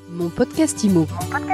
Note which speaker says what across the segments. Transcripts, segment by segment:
Speaker 1: Mon podcast IMO.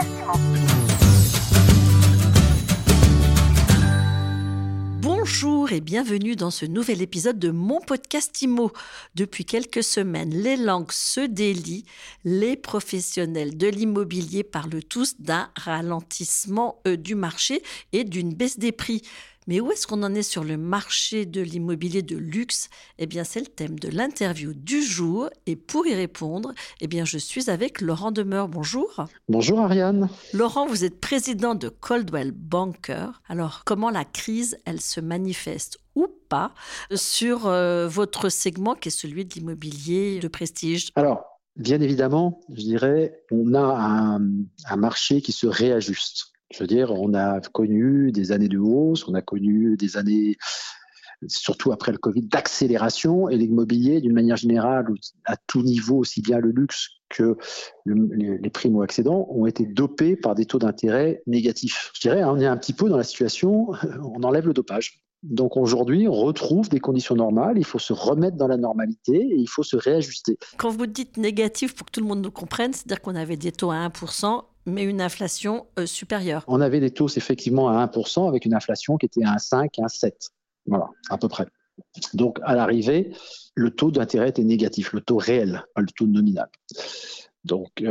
Speaker 2: Bonjour et bienvenue dans ce nouvel épisode de mon podcast IMO. Depuis quelques semaines, les langues se délient. Les professionnels de l'immobilier parlent tous d'un ralentissement du marché et d'une baisse des prix. Mais où est-ce qu'on en est sur le marché de l'immobilier de luxe ? Eh bien, c'est le thème de l'interview du jour. Et pour y répondre, eh bien, je suis avec Laurent Demeure. Bonjour.
Speaker 3: Bonjour Ariane.
Speaker 2: Laurent, vous êtes président de Coldwell Banker. Alors, comment la crise, elle se manifeste ou pas sur votre segment qui est celui de l'immobilier de prestige ?
Speaker 3: Alors, bien évidemment, je dirais, on a un marché qui se réajuste. Je veux dire, on a connu des années de hausse, on a connu des années, surtout après le Covid, d'accélération, et l'immobilier, d'une manière générale, à tout niveau, aussi bien le luxe que les primo-accédants, ont été dopés par des taux d'intérêt négatifs. Je dirais, on est un petit peu dans la situation, on enlève le dopage. Donc aujourd'hui, on retrouve des conditions normales, il faut se remettre dans la normalité et il faut se réajuster.
Speaker 2: Quand vous dites négatif, pour que tout le monde nous comprenne, c'est-à-dire qu'on avait des taux à 1%, mais une inflation supérieure.
Speaker 3: On avait des taux effectivement à 1% avec une inflation qui était à 1,5, 1,7. Voilà, à peu près. Donc à l'arrivée, le taux d'intérêt était négatif, le taux réel, pas le taux nominal. Donc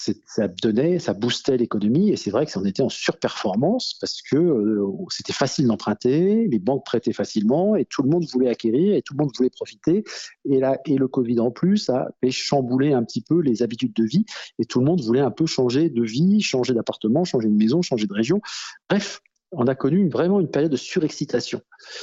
Speaker 3: ça boostait l'économie et c'est vrai que ça en était en surperformance parce que c'était facile d'emprunter, les banques prêtaient facilement et tout le monde voulait acquérir et tout le monde voulait profiter. Et le Covid en plus a fait chambouler un petit peu les habitudes de vie et tout le monde voulait un peu changer de vie, changer d'appartement, changer de maison, changer de région. Bref, on a connu vraiment une période de surexcitation.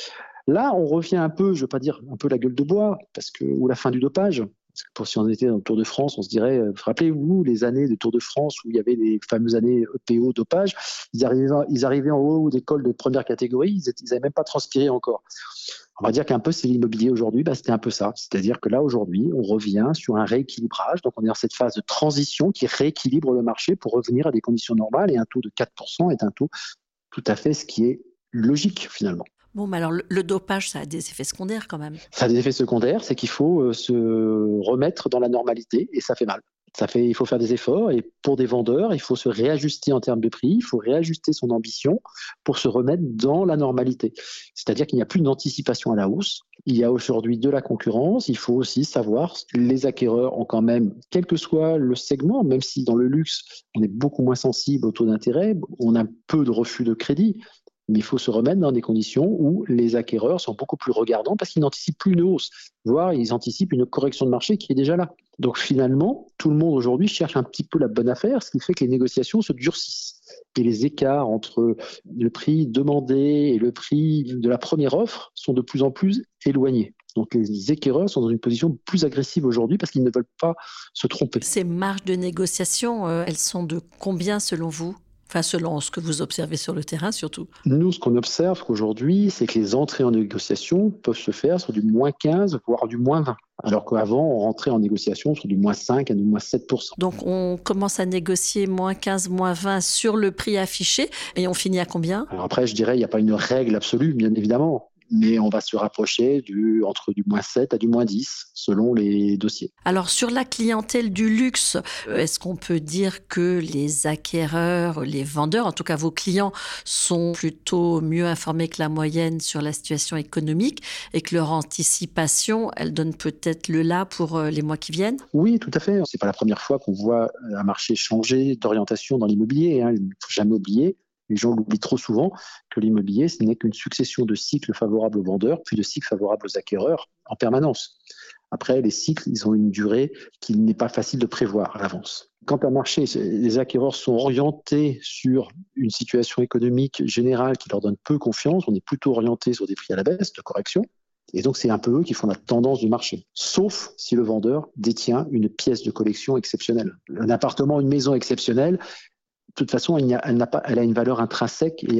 Speaker 3: Là, on revient un peu, je ne veux pas dire un peu la gueule de bois, ou la fin du dopage. Si on était dans le Tour de France, on se dirait, rappelez-vous les années de Tour de France où il y avait les fameuses années EPO dopage, ils arrivaient en haut des cols de première catégorie, ils n'avaient même pas transpiré encore. On va dire qu'un peu c'est l'immobilier aujourd'hui, c'était un peu ça. C'est-à-dire que là aujourd'hui, on revient sur un rééquilibrage, donc on est dans cette phase de transition qui rééquilibre le marché pour revenir à des conditions normales et un taux de 4% est un taux tout à fait ce qui est logique finalement.
Speaker 2: Bon, mais alors le dopage, ça a des effets secondaires quand même.
Speaker 3: Ça a des effets secondaires, c'est qu'il faut se remettre dans la normalité et ça fait mal. Il faut faire des efforts et pour des vendeurs, il faut se réajuster en termes de prix, il faut réajuster son ambition pour se remettre dans la normalité. C'est-à-dire qu'il n'y a plus d'anticipation à la hausse. Il y a aujourd'hui de la concurrence. Il faut aussi savoir, les acquéreurs ont quand même, quel que soit le segment, même si dans le luxe, on est beaucoup moins sensible au taux d'intérêt, on a peu de refus de crédit. Mais il faut se remettre dans des conditions où les acquéreurs sont beaucoup plus regardants parce qu'ils n'anticipent plus une hausse, voire ils anticipent une correction de marché qui est déjà là. Donc finalement, tout le monde aujourd'hui cherche un petit peu la bonne affaire, ce qui fait que les négociations se durcissent. Et les écarts entre le prix demandé et le prix de la première offre sont de plus en plus éloignés. Donc les acquéreurs sont dans une position plus agressive aujourd'hui parce qu'ils ne veulent pas se tromper.
Speaker 2: Ces marges de négociation, elles sont de combien selon vous ? Enfin, selon ce que vous observez sur le terrain, surtout.
Speaker 3: Nous, ce qu'on observe aujourd'hui, c'est que les entrées en négociation peuvent se faire sur du moins 15, voire du moins 20. Alors qu'avant, on rentrait en négociation sur du moins 5 à du moins 7%.
Speaker 2: Donc, on commence à négocier moins 15, moins 20 sur le prix affiché et on finit à combien ?
Speaker 3: Alors après, je dirais, il n'y a pas une règle absolue, bien évidemment. Mais on va se rapprocher entre du moins 7 à du moins 10, selon les dossiers.
Speaker 2: Alors, sur la clientèle du luxe, est-ce qu'on peut dire que les acquéreurs, les vendeurs, en tout cas vos clients, sont plutôt mieux informés que la moyenne sur la situation économique et que leur anticipation, elle donne peut-être le là pour les mois qui viennent ?
Speaker 3: Oui, tout à fait. C'est pas la première fois qu'on voit un marché changer d'orientation dans l'immobilier. Il ne faut jamais oublier. Les gens l'oublient trop souvent que l'immobilier, ce n'est qu'une succession de cycles favorables aux vendeurs, puis de cycles favorables aux acquéreurs en permanence. Après, les cycles, ils ont une durée qu'il n'est pas facile de prévoir à l'avance. Quand un marché, les acquéreurs sont orientés sur une situation économique générale qui leur donne peu confiance, on est plutôt orienté sur des prix à la baisse, de correction. Et donc, c'est un peu eux qui font la tendance du marché. Sauf si le vendeur détient une pièce de collection exceptionnelle. Un appartement, une maison exceptionnelle, de toute façon, elle a une valeur intrinsèque et elle n'a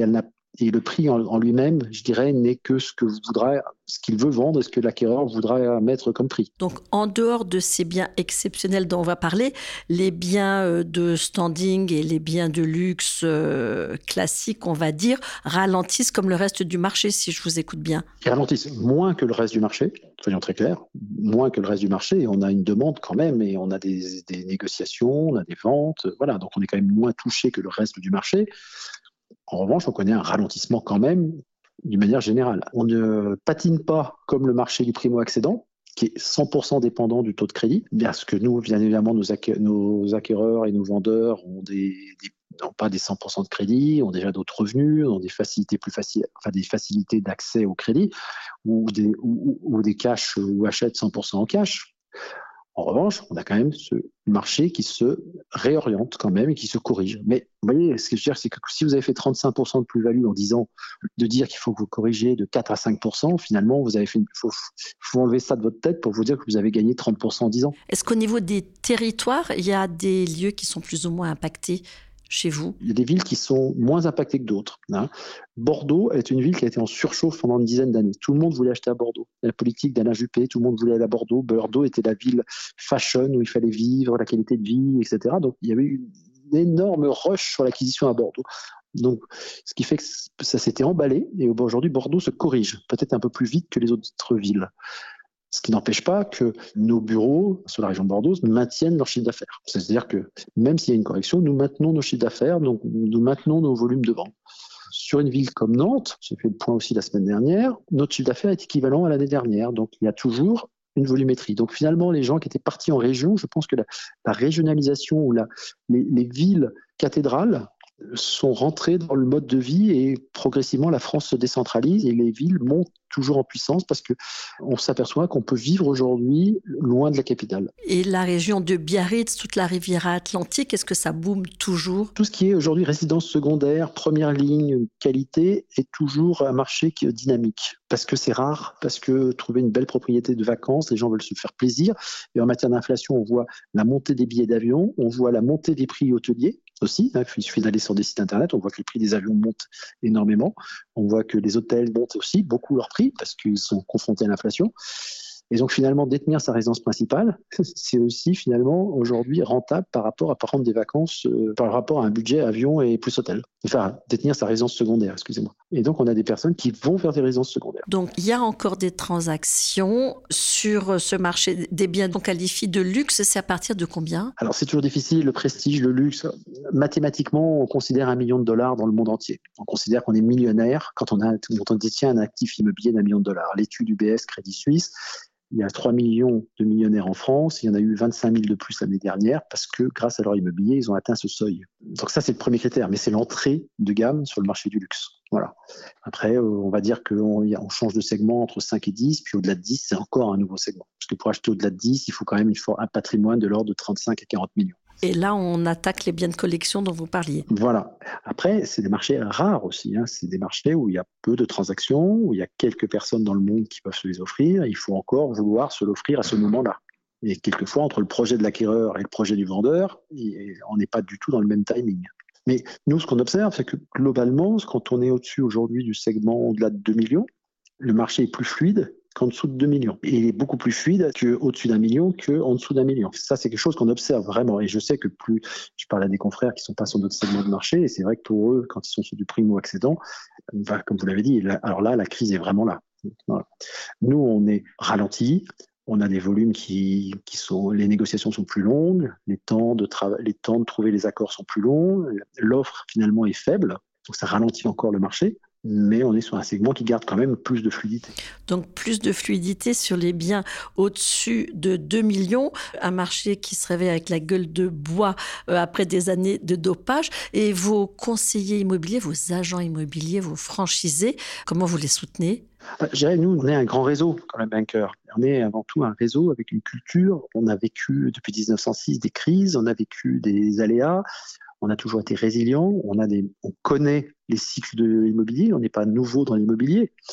Speaker 3: Et le prix en lui-même, je dirais, n'est que ce qu'il veut vendre et ce que l'acquéreur voudra mettre comme prix.
Speaker 2: Donc, en dehors de ces biens exceptionnels dont on va parler, les biens de standing et les biens de luxe classiques, on va dire, ralentissent comme le reste du marché, si je vous écoute bien.
Speaker 3: Ils ralentissent moins que le reste du marché, soyons très clairs, moins que le reste du marché. Et on a une demande quand même, et on a des négociations, on a des ventes, voilà. Donc, on est quand même moins touché que le reste du marché. En revanche, on connaît un ralentissement quand même d'une manière générale. On ne patine pas comme le marché du primo-accédant, qui est 100% dépendant du taux de crédit, parce que nous, bien évidemment, nos acquéreurs et nos vendeurs n'ont pas des 100% de crédit, ont déjà d'autres revenus, ont des facilités des facilités d'accès au crédit, ou des cash, ou achètent 100% en cash. En revanche, on a quand même ce marché qui se réoriente quand même et qui se corrige. Mais vous voyez, ce que je veux dire, c'est que si vous avez fait 35% de plus-value en 10 ans, de dire qu'il faut que vous corrigiez de 4 à 5%, finalement, faut enlever ça de votre tête pour vous dire que vous avez gagné 30% en 10 ans.
Speaker 2: Est-ce qu'au niveau des territoires, il y a des lieux qui sont plus ou moins impactés chez vous?
Speaker 3: Il y a des villes qui sont moins impactées que d'autres. Bordeaux est une ville qui a été en surchauffe pendant une dizaine d'années. Tout le monde voulait acheter à Bordeaux. La politique d'Alain Juppé, tout le monde voulait aller à Bordeaux. Bordeaux était la ville fashion où il fallait vivre, la qualité de vie, etc. Donc il y avait eu une énorme rush sur l'acquisition à Bordeaux. Donc, ce qui fait que ça s'était emballé et aujourd'hui Bordeaux se corrige, peut-être un peu plus vite que les autres villes. Ce qui n'empêche pas que nos bureaux sur la région de Bordeaux maintiennent leur chiffre d'affaires. C'est-à-dire que même s'il y a une correction, nous maintenons nos chiffres d'affaires, donc nous maintenons nos volumes de vente. Sur une ville comme Nantes, j'ai fait le point aussi la semaine dernière, notre chiffre d'affaires est équivalent à l'année dernière. Donc il y a toujours une volumétrie. Donc finalement, les gens qui étaient partis en région, je pense que la régionalisation ou les villes cathédrales sont rentrés dans le mode de vie et progressivement la France se décentralise et les villes montent toujours en puissance parce qu'on s'aperçoit qu'on peut vivre aujourd'hui loin de la capitale.
Speaker 2: Et la région de Biarritz, toute la Riviera Atlantique, est-ce que ça boome toujours?
Speaker 3: Tout ce qui est aujourd'hui résidence secondaire, première ligne, qualité, est toujours un marché qui est dynamique. Parce que c'est rare, parce que trouver une belle propriété de vacances, les gens veulent se faire plaisir. Et en matière d'inflation, on voit la montée des billets d'avion, on voit la montée des prix hôteliers aussi. Il suffit d'aller sur des sites internet, on voit que les prix des avions montent énormément. On voit que les hôtels montent aussi beaucoup leurs prix parce qu'ils sont confrontés à l'inflation. Et donc finalement, détenir sa résidence principale, c'est aussi finalement aujourd'hui rentable par rapport à prendre des vacances, par rapport à un budget avion et plus hôtel. Enfin, détenir sa résidence secondaire, excusez-moi. Et donc on a des personnes qui vont vers des résidences secondaires.
Speaker 2: Donc il y a encore des transactions sur ce marché des biens qu'on qualifie de luxe. C'est à partir de combien?
Speaker 3: Alors c'est toujours difficile, le prestige, le luxe. Mathématiquement, on considère $1 million dans le monde entier. On considère qu'on est millionnaire quand on détient un actif immobilier d'$1 million. L'étude UBS Crédit Suisse, il y a 3 millions de millionnaires en France. Il y en a eu 25 000 de plus l'année dernière parce que grâce à leur immobilier, ils ont atteint ce seuil. Donc ça, c'est le premier critère, mais c'est l'entrée de gamme sur le marché du luxe. Voilà. Après, on va dire qu'on change de segment entre 5 et 10, puis au-delà de 10, c'est encore un nouveau segment. Parce que pour acheter au-delà de 10, il faut quand même un patrimoine de l'ordre de 35 à 40 millions.
Speaker 2: Et là, on attaque les biens de collection dont vous parliez.
Speaker 3: Voilà. Après, c'est des marchés rares aussi. C'est des marchés où il y a peu de transactions, où il y a quelques personnes dans le monde qui peuvent se les offrir. Il faut encore vouloir se l'offrir à ce moment-là. Et quelquefois, entre le projet de l'acquéreur et le projet du vendeur, on n'est pas du tout dans le même timing. Mais nous, ce qu'on observe, c'est que globalement, quand on est au-dessus aujourd'hui du segment au-delà de 2 millions, le marché est plus fluide qu'en dessous de 2 millions. Et il est beaucoup plus fluide qu'au-dessus d'1 million qu'en dessous d'1 million. Ça, c'est quelque chose qu'on observe vraiment. Et je sais que je parle à des confrères qui ne sont pas sur d'autres segments de marché, et c'est vrai que pour eux, quand ils sont sur du primo-accédant, comme vous l'avez dit, alors là, la crise est vraiment là. Voilà. Nous, on est ralenti. On a des volumes les négociations sont plus longues, les temps de trouver les accords sont plus longs, l'offre finalement est faible, donc ça ralentit encore le marché. Mais on est sur un segment qui garde quand même plus de fluidité.
Speaker 2: Donc plus de fluidité sur les biens au-dessus de 2 millions, un marché qui se réveille avec la gueule de bois après des années de dopage. Et vos conseillers immobiliers, vos agents immobiliers, vos franchisés, comment vous les soutenez?
Speaker 3: Je dirais, nous, on est un grand réseau quand même, Banker. On est avant tout un réseau avec une culture. On a vécu depuis 1906 des crises, on a vécu des aléas. On a toujours été résilient, on connaît les cycles de l'immobilier, on n'est pas nouveau dans l'immobilier.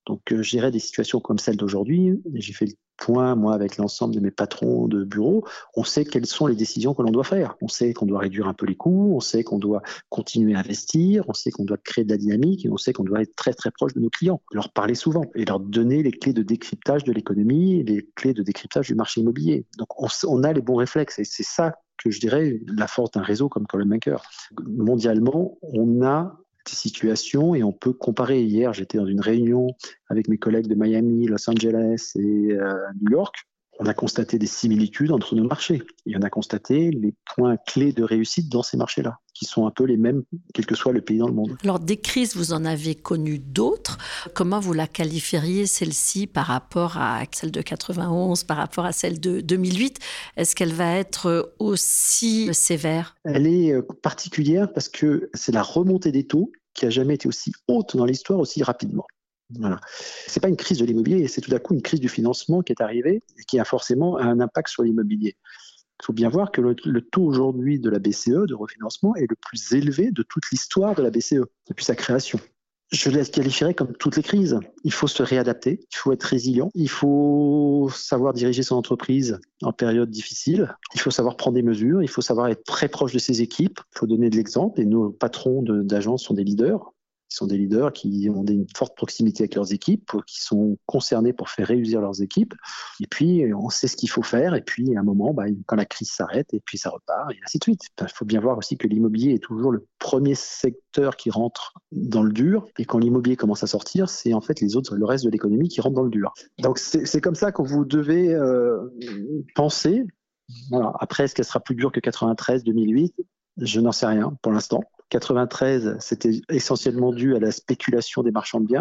Speaker 3: Donc, je dirais des situations comme celle d'aujourd'hui, j'ai fait le point, moi, avec l'ensemble de mes patrons de bureau, on sait quelles sont les décisions que l'on doit faire. On sait qu'on doit réduire un peu les coûts, on sait qu'on doit continuer à investir, on sait qu'on doit créer de la dynamique et on sait qu'on doit être très, très proche de nos clients, leur parler souvent et leur donner les clés de décryptage de l'économie, les clés de décryptage du marché immobilier. Donc, on a les bons réflexes et c'est ça que je dirais la force d'un réseau comme Coldwell Banker. Mondialement, on a des situations et on peut comparer. Hier, j'étais dans une réunion avec mes collègues de Miami, Los Angeles et New York. On a constaté des similitudes entre nos marchés et on a constaté les points clés de réussite dans ces marchés-là, qui sont un peu les mêmes, quel que soit le pays dans le monde.
Speaker 2: Alors, des crises, vous en avez connu d'autres. Comment vous la qualifieriez, celle-ci, par rapport à celle de 91, par rapport à celle de 2008 ? Est-ce qu'elle va être aussi sévère ?
Speaker 3: Elle est particulière parce que c'est la remontée des taux qui n'a jamais été aussi haute dans l'histoire, aussi rapidement. Voilà. C'est pas une crise de l'immobilier, c'est tout à coup une crise du financement qui est arrivée et qui a forcément un impact sur l'immobilier. Il faut bien voir que le taux aujourd'hui de la BCE, de refinancement, est le plus élevé de toute l'histoire de la BCE, depuis sa création. Je la qualifierais comme toutes les crises. Il faut se réadapter, il faut être résilient, il faut savoir diriger son entreprise en période difficile, il faut savoir prendre des mesures, il faut savoir être très proche de ses équipes, il faut donner de l'exemple et nos patrons d'agences sont des leaders. Ils sont des leaders qui ont une forte proximité avec leurs équipes, qui sont concernés pour faire réussir leurs équipes. Et puis, on sait ce qu'il faut faire. Et puis, à un moment, quand la crise s'arrête, et puis ça repart, et ainsi de suite. Il faut bien voir aussi que l'immobilier est toujours le premier secteur qui rentre dans le dur. Et quand l'immobilier commence à sortir, c'est en fait le reste de l'économie qui rentre dans le dur. Donc, c'est comme ça que vous devez penser. Voilà. Après, est-ce qu'elle sera plus dure que 93, 2008 ? Je n'en sais rien pour l'instant. 93, c'était essentiellement dû à la spéculation des marchands de biens.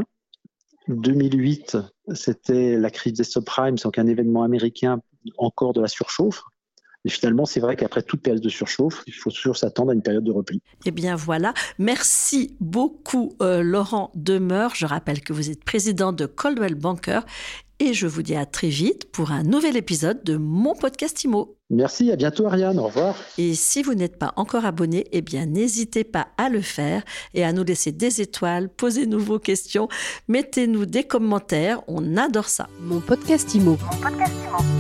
Speaker 3: 2008, c'était la crise des subprimes, donc un événement américain, encore de la surchauffe. Et finalement, c'est vrai qu'après toute période de surchauffe, il faut toujours s'attendre à une période de repli.
Speaker 2: Eh bien voilà, merci beaucoup Laurent Demeure. Je rappelle que vous êtes président de Coldwell Banker et je vous dis à très vite pour un nouvel épisode de mon podcast IMO.
Speaker 3: Merci, à bientôt Ariane, au revoir.
Speaker 2: Et si vous n'êtes pas encore abonné, eh bien n'hésitez pas à le faire et à nous laisser des étoiles, posez-nous vos questions, mettez-nous des commentaires, on adore ça.
Speaker 1: Mon podcast IMO.
Speaker 4: Mon podcast IMO.